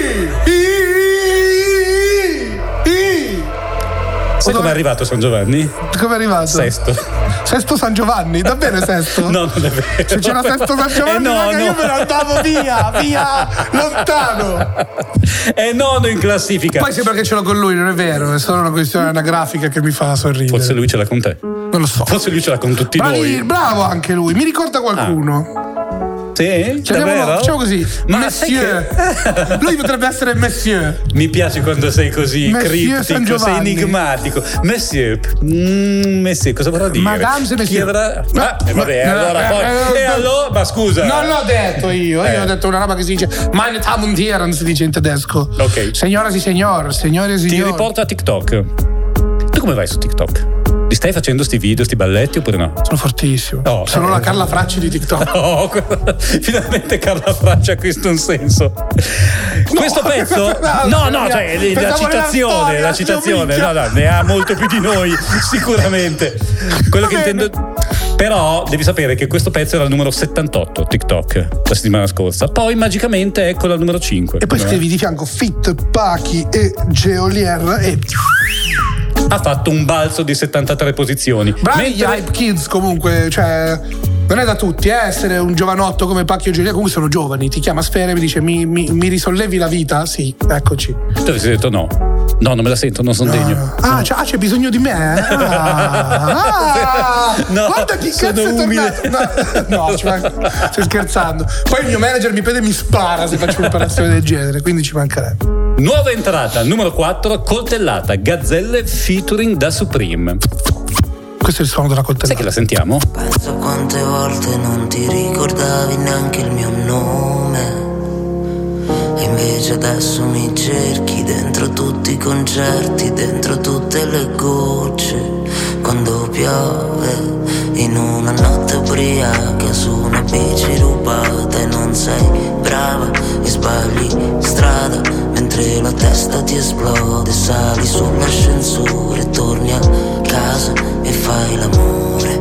Sai come è arrivato San Giovanni? Come è arrivato? Sesto. Sesto San Giovanni? Davvero sesto? No, non è vero. Se c'era sesto San Giovanni, eh no, raga, no. io me ne andavo via, via, lontano. È nono in classifica. Poi sembra che ce l'ho con lui, non è vero, è solo una questione anagrafica che mi fa sorridere. Forse lui ce l'ha con te. Non lo so. Forse lui ce l'ha con tutti Bravi, noi. Bravo anche lui, mi ricorda qualcuno. Ah. Sì? Chiamiamolo, facciamo così. Ma Monsieur. Che... Lui potrebbe essere Monsieur. Mi piace quando sei così Monsieur criptico, sei enigmatico. Monsieur. Mm, Monsieur, cosa vorrà dire? Madame se Monsieur. Avrà... No, ah, eh, vabbè, no, allora no, poi. no, E no, allora? Ma scusa. Non l'ho detto io. Eh. Io ho detto una roba che si dice Meine Damen und Herren, si dice in tedesco. Ok. Signora, sì, signor, signore, signor. Ti riporto a TikTok. Tu come vai su TikTok? Ti stai facendo sti video, sti balletti oppure no? Sono fortissimo. Oh, Sono eh, la Carla Fracci di TikTok. Oh, finalmente Carla Fracci acquista un senso. No, questo pezzo? No, no, cioè la citazione, storia, la citazione, no, no, ne ha molto più di noi, sicuramente. Quello che intendo. Però devi sapere che questo pezzo era il numero settantotto TikTok la settimana scorsa. Poi magicamente eccola al numero cinque. E poi scrivi di fianco Fit, Pachi e Geolier e ha fatto un balzo di settantatré posizioni. Bravi Mentre... gli Hype Kids comunque, cioè non è da tutti eh, essere un giovanotto come Pacchi o Geolier, comunque sono giovani, ti chiama Sfera e mi dice mi, mi, mi risollevi la vita? Sì, eccoci. Tu avessi detto no. No, non me la sento, non sono no. degno. Ah, no. c'è, ah, c'è bisogno di me? Ah, ah, no, guarda chi cazzo è tornato. No, no, ci manca... stai scherzando. Poi il mio manager mi prende e mi spara se faccio un'operazione del genere, quindi ci mancherebbe. Nuova entrata, numero quattro, coltellata, Gazzelle featuring Da Supreme. Questo è il suono della coltellata. Sai che la sentiamo? Penso quante volte non ti ricordavi neanche il mio nome. E invece adesso mi cerchi dentro tutti i concerti, dentro tutte le gocce. Quando piove, in una notte ubriaca, su una bici rubata e non sei brava e sbagli strada, mentre la testa ti esplode, sali sull'ascensore, torni a casa e fai l'amore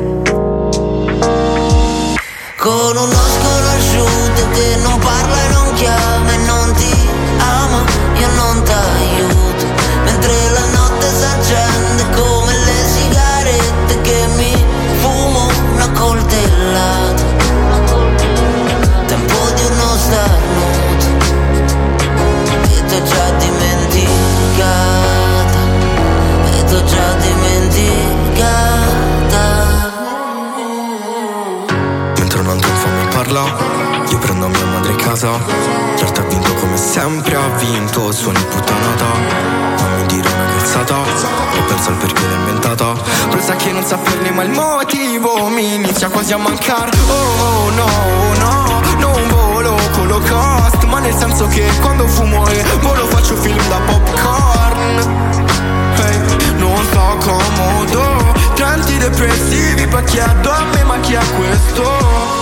con uno sconosciuto che non parla e non chiama e non ti ama, io non t'aiuto, mentre la notte s'accende come le sigarette che mi fumo una coltellata, tempo di uno starnuto e t'ho già dimenticata, e t'ho già dimenticata. Mentre un altro mi parla, io prendo mia madre a casa. Certo ha vinto come sempre ha vinto, suoni puttanata. Non mi dire una cazzata, e penso al perché l'ho inventata. Pensa che non saperli ma il motivo mi inizia quasi a mancare. Oh no, no, non volo con lo cost, ma nel senso che quando fumo e volo faccio film da popcorn. Hey, non sto comodo, tanti depressivi per chi ha a me ma chi ha questo.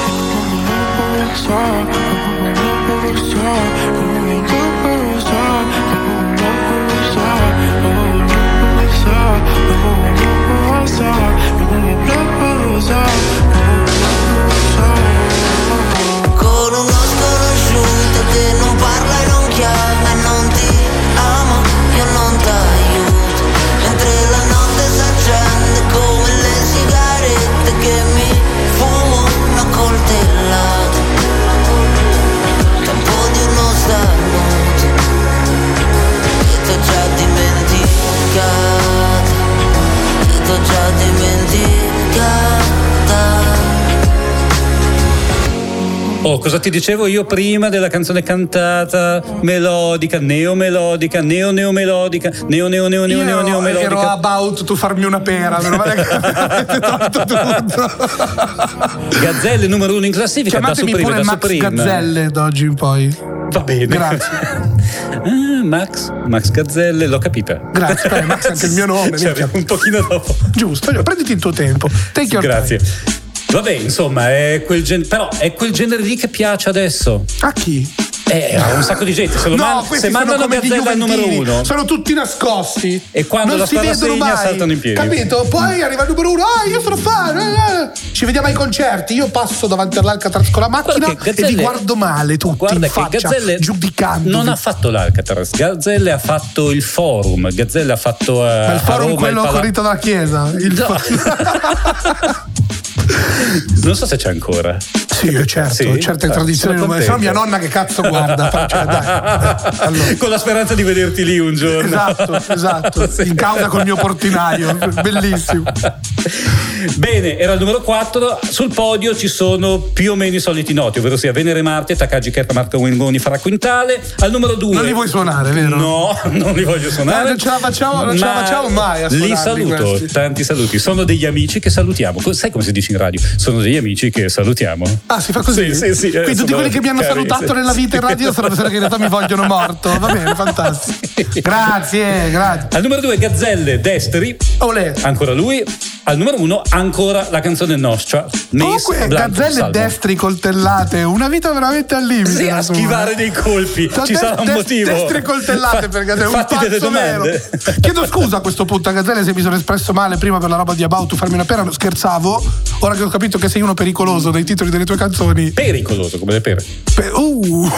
Oh, cosa ti dicevo io prima della canzone cantata melodica, neomelodica, neo neomelodica, neo neo neo neo neo neo melodica. Ero about to farmi una pera, meno male che avete tolto tutto. Gazzelle numero uno in classifica. Chiamatemi da Supreme, pure da Max Supreme. Gazzelle d'oggi in poi. Va bene. Grazie. ah, Max, Max Gazzelle, l'ho capita. Grazie, beh, Max è anche il mio nome. Cioè, un pochino dopo. Giusto, prenditi il tuo tempo. Take your Grazie. time. Vabbè, insomma, è quel gen- però è quel genere lì che piace adesso. A chi? Eh, a un sacco di gente. Se, lo no, man- se mandano Gazzella al numero uno, sono tutti nascosti. E quando non la si vedono sparasegna mai, saltano in piedi. Capito? Poi arriva il numero uno. Ah, io sono fan. Eh. Ci vediamo ai concerti. Io passo davanti all'Alcatraz con la macchina Gazzelle, e vi guardo male tutti. Guarda in che faccia, Gazzelle giudicando. non ha fatto l'Alcatraz. Gazzelle ha fatto il forum. Gazzelle ha fatto. Uh, Ma il forum, a Roma, quello il pala- corrito dalla chiesa. Il no. Non so se c'è ancora. Sì, certo, sì? certe ah, tradizioni non sono mia nonna che cazzo guarda. Cioè, dai, eh, allora. Con la speranza di vederti lì un giorno. Esatto, esatto. Sì. In causa col mio portinaio. Bellissimo. Bene, era il numero quattro. Sul podio ci sono più o meno i soliti noti, ovvero sia Venere Marte, Takagi Kerpa, Marco Wingoni, Farah Quintale. Al numero due. Non li vuoi suonare, vero? No, non li voglio suonare. Eh, non ce la facciamo, non ce la facciamo mai a li saluto, questi. Tanti saluti. Sono degli amici che salutiamo. Sai come si dice in radio? Sono degli amici che salutiamo. Ah, si fa così? Sì, sì, sì. Quindi tutti quelli che mi hanno cari, salutato sì. nella vita in radio sono persone che in realtà mi vogliono morto. Va bene, fantastico. Grazie, grazie. Al numero due Gazzelle, Destri. Olè. Ancora lui. Al numero uno ancora la canzone Nostra. Comunque Gazzelle, Destri, coltellate. Una vita veramente al limite. Sì, a schivare dei colpi. Da Ci de- sarà un de- motivo. Destri coltellate per Gazzelle. Fatti un delle pazzo domande. vero. Chiedo scusa a questo punto a Gazzelle se mi sono espresso male prima per la roba di About to farmi una pera. Scherzavo. Ora che ho capito che sei uno pericoloso dai titoli delle tue canzoni. Pericoloso come le pere. Pe- uh.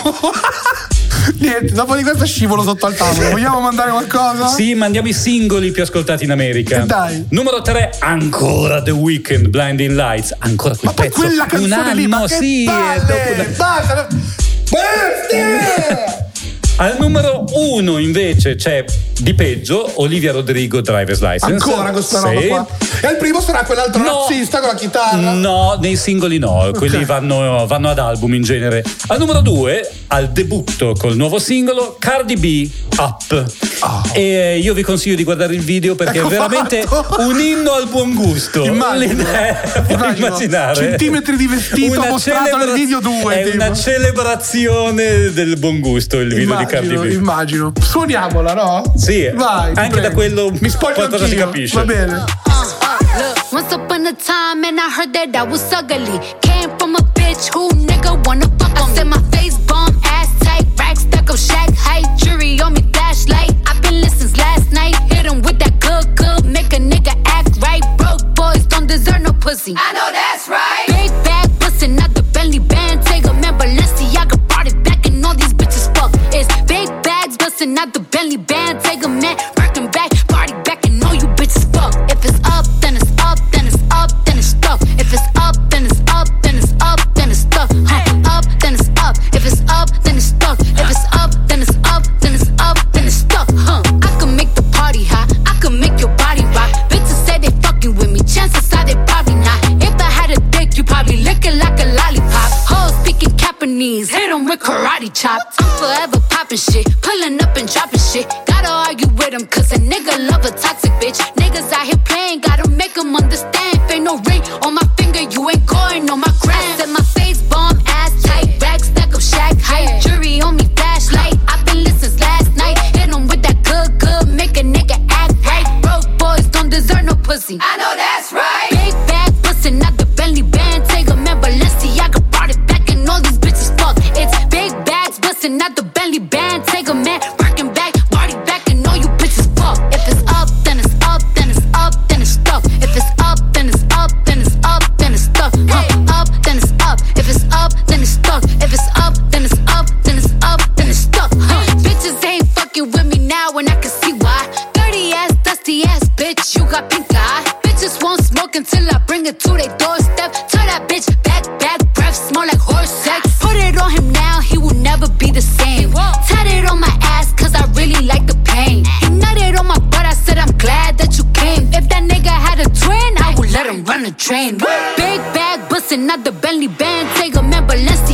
Niente, dopo di questo scivolo sotto al tavolo. Vogliamo mandare qualcosa? Sì, mandiamo i singoli più ascoltati in America. E dai. Numero tre, ancora The Weeknd, Blinding Lights. Ancora quel ma poi pezzo. quella canzone un anno, lì, ma che sì. palle, Dopo una... basta. Bestie! Al numero uno invece c'è di peggio Olivia Rodrigo, Driver's License. Ancora questa sì. roba qua. E il primo sarà quell'altro no. razzista con la chitarra. No, nei singoli no, Okay. quelli vanno, vanno ad album in genere. Al numero due, al debutto col nuovo singolo, Cardi B, Up. Oh. E io vi consiglio di guardare il video perché ecco è veramente fatto. un inno al buon gusto. Immagino, puoi immaginare. Centimetri di vestito una mostrato celebra- nel video due. È tipo. una celebrazione del buon gusto il video immagino, di Cardi B. Immagino. Suoniamola, no? Sì, vai. Anche prego. da quello mi spoglio qualcosa anch'io. si capisce. Va bene. Look, once upon a time, and I heard that I was ugly. Came from a bitch who nigga wanna fuck on me. I said my face bomb, ass tight, rack stuck up, shack height, jury on me, flashlight. I've been listening since last night. Hit him with that good, good, make a nigga act right. Broke boys don't deserve no pussy. I know that's right. Big bag bustin' out the Bentley band, take a man, Balenciaga brought it back, and all these bitches fuck. It's big bags bustin' out the Bentley band, take a man, working back, party back, and all you bitches fuck. If it's up, then it's up, then it's up, then it's stuff. If it's up, then it's up, then it's up, then it's stuff. Huh. Up, then it's up. If it's up, then it's stuck. If it's up, then it's up, then it's up, then it's stuck. Huh. I can make the party hot. I can make your body rock. Bitches say they fucking with me. Chances are they probably not. If I had a dick, you probably lick it like a lollipop. Hoes speaking Japanese, hit 'em with karate chops. I'm forever popping shit, pulling up and dropping shit. Gotta argue with 'em cause a nigga love a toxic bitch. Niggas out here playing, gotta make 'em understand. If ain't no ring on my finger, you ain't going on my gram. Set my face bomb, ass tight, rack stack up, shack height, jury on me, flashlight. I've been listening since last night. Hit 'em with that good, good, make a nigga act right. Broke boys don't deserve no pussy. I know that's right. Big bag bustin' out the Bentley band, take a man, Balenciaga brought it back, and all these bitches fuck. It's big bags bustin' out the Bentley band, take a man, working back, party back, and all you bitches fuck. If it's up, then it's up, then it's up, then it's stuff. If it's up, then it's up, then it's up, then it's stuff. Huh. Up, then it's up. If it's up, then it's stuck. If it's up, then it's up, then it's up, then it's stuck. Huh. Bitches ain't fucking with me now, and I can see why. Dirty ass, dusty ass bitch, you got pink eye. Bitches won't smoke until I bring it to their doorstep. Tell that bitch back, back, breath smell like horse sex. Put it on him now, he will never be the same. Tat it on my ass, cause I really like the pain. He nutted on my butt, I said I'm glad that you came. If that nigga had a twin, I would let him run a train. Big bag bustin' out the Bentley band, take a man, Balenciaga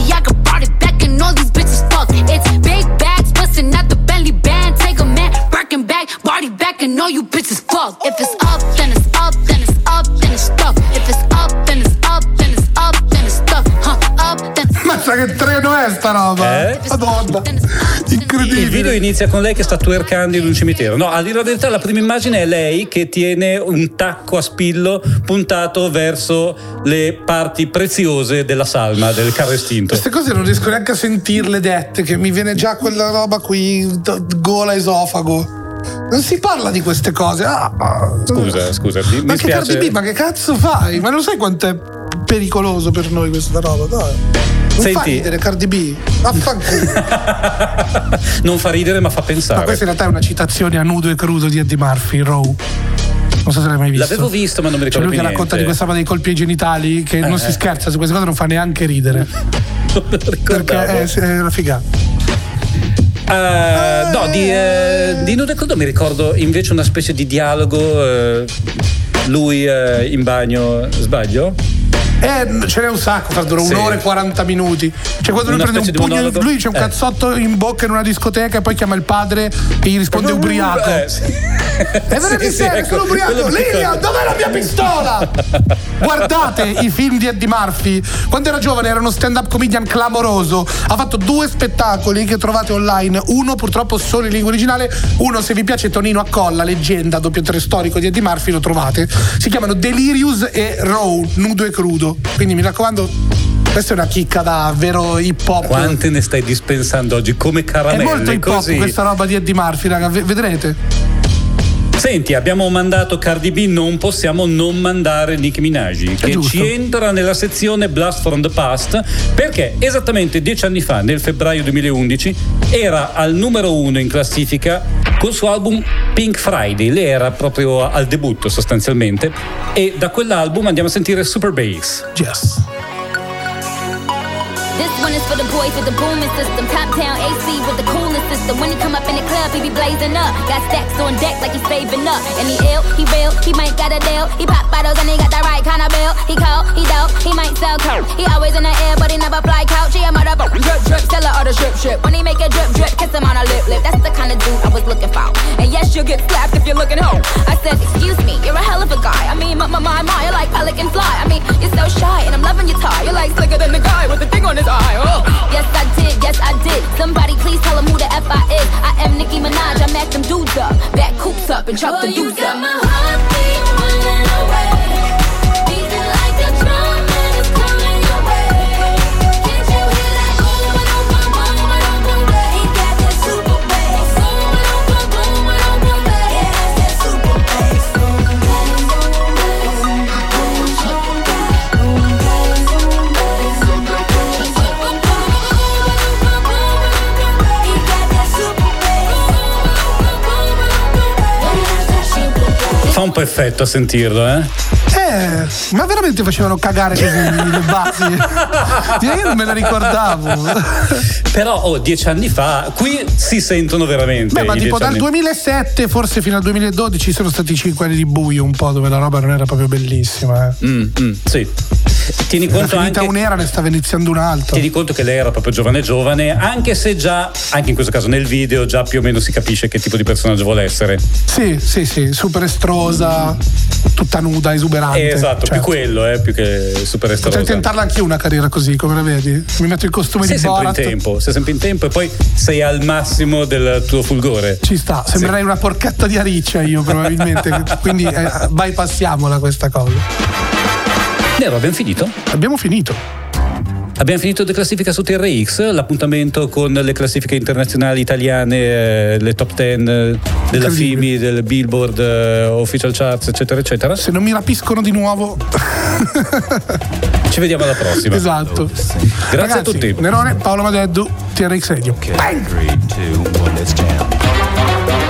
Mazza che treno è sta roba! Eh? Madonna! Incredibile! Il video inizia con lei che sta twerkando in un cimitero. No, a dire la verità, la prima immagine è lei che tiene un tacco a spillo puntato verso le parti preziose della salma, del carro estinto. Queste cose non riesco neanche a sentirle dette, che mi viene già quella roba qui, gola, esofago. Non si parla di queste cose. Ah, scusa, scusa, mi, ma mi che spiace. Cardi B, ma che cazzo fai? Ma non sai quanto è pericoloso per noi questa roba, dai. Non Senti, fa ridere Cardi B. Affanculo. Non fa ridere, ma fa pensare. Ma questa in realtà è una citazione a Nudo e Crudo di Eddie Murphy, Raw. Non so se l'hai mai visto. L'avevo visto, ma non mi ricordo C'è lui più che racconta niente. di questa roba dei colpi ai genitali, che eh, non si eh. scherza su queste cose, non fa neanche ridere. Non me lo ricordavo. Perché è, è una figata. Uh, no, di, uh, di Nudo e Crudo mi ricordo invece una specie di dialogo. Uh, lui uh, in bagno, sbaglio? Eh, ce n'è un sacco, dura Sì. un'ora e quaranta minuti. Cioè, quando lui Una prende un specie di pugno, monologo? lui c'è un Eh. cazzotto in bocca in una discoteca e poi chiama il padre e gli risponde ubriaco. Eh, sì. E venerdì Sì, sì, sera ecco, sono ubriaco. quello mi Lilia, ricordo. dov'è la mia pistola? Guardate i film di Eddie Murphy. Quando era giovane era uno stand-up comedian clamoroso. Ha fatto due spettacoli che trovate online. Uno purtroppo solo in lingua originale. Uno, se vi piace, Tonino Accolla, leggenda, doppiatore storico di Eddie Murphy, lo trovate. Si chiamano Delirious e Raw, Nudo e Crudo. Quindi mi raccomando, questa è una chicca da vero hip hop. Quante ne stai dispensando oggi come caramelle? È molto hip hop così. questa roba di Eddie Murphy, raga, v- vedrete. Senti, abbiamo mandato Cardi B, non possiamo non mandare Nicki Minaj, che giusto. ci entra nella sezione Blast from the Past, perché esattamente dieci anni fa, nel febbraio duemilaundici, era al numero uno in classifica col suo album Pink Friday. Lei era proprio al debutto sostanzialmente, e da quell'album andiamo a sentire Super Bass. Yes. This one is for the boys with the booming system. Top down A C with the coolest system. When he come up in the club, he be blazing up. Got stacks on deck like he's saving up. And he ill, he real, he might got a deal. He pop bottles and he got the right kind of bill. He cold, he dope, he might sell coke. He always in the air, but he never fly couch. He a mother drip drip, seller or the strip strip. When he make a drip drip, kiss him on a lip lip. That's the kind of dude I was looking for. And yes, you'll get slapped if you're looking home. I said, excuse me, you're a hell of a guy. I mean, my my my, my you're like pelican fly. I mean, you're so shy and I'm loving your tie. You're like slicker than the guy with the thing on his eye. Oh. Yes, I did, yes, I did. Somebody please tell him who the F I is. I am Nicki Minaj, I mack them dudes up. Back coops up and chop the dudes up. My heartbeat running away. Beating like a drum and it's coming your way. Can't you hear that? Boom, boom, boom, boom, boom, boom, boom. He got that super bass. Boom, boom, boom, boom, boom, boom, boom. Yeah, that's that super bass. Fa un po' effetto a sentirlo, eh? Eh, ma veramente facevano cagare così le basi? Io non me la ricordavo. Però oh, dieci anni fa qui si sentono veramente. Beh, ma i tipo dieci dal anni. duemilasette forse fino al duemiladodici sono stati cinque anni di buio un po', dove la roba non era proprio bellissima. Eh. Mm, mm, sì. Tieni Era conto finita anche un'era, ne stava iniziando un'altra. Tieni conto che lei era proprio giovane giovane, anche se già, anche in questo caso nel video, già più o meno si capisce che tipo di personaggio vuole essere. Sì, sì, sì, super estrosa, tutta nuda, esuberante. Eh, esatto, certo. più quello, eh, più che super Potrei estrosa. tentarla anch'io una carriera così, come la vedi? Mi metto il costume Sei di sempre Borat. in tempo, sei sempre in tempo e poi sei al massimo del tuo fulgore. Ci sta, sembrerei Sì. una porchetta di Ariccia io probabilmente, quindi eh, bypassiamola questa cosa. Nero, abbiamo finito? Abbiamo finito. Abbiamo finito la classifica su T R X, l'appuntamento con le classifiche internazionali italiane, eh, le top dieci eh, della F I M I, del Billboard, eh, Official Charts, eccetera, eccetera. Se non mi rapiscono di nuovo. Ci vediamo alla prossima. Esatto. Grazie Ragazzi, a tutti. Nerone, Paolo Madeddu, T R X Radio. Bang! Three, two, one, let's jam.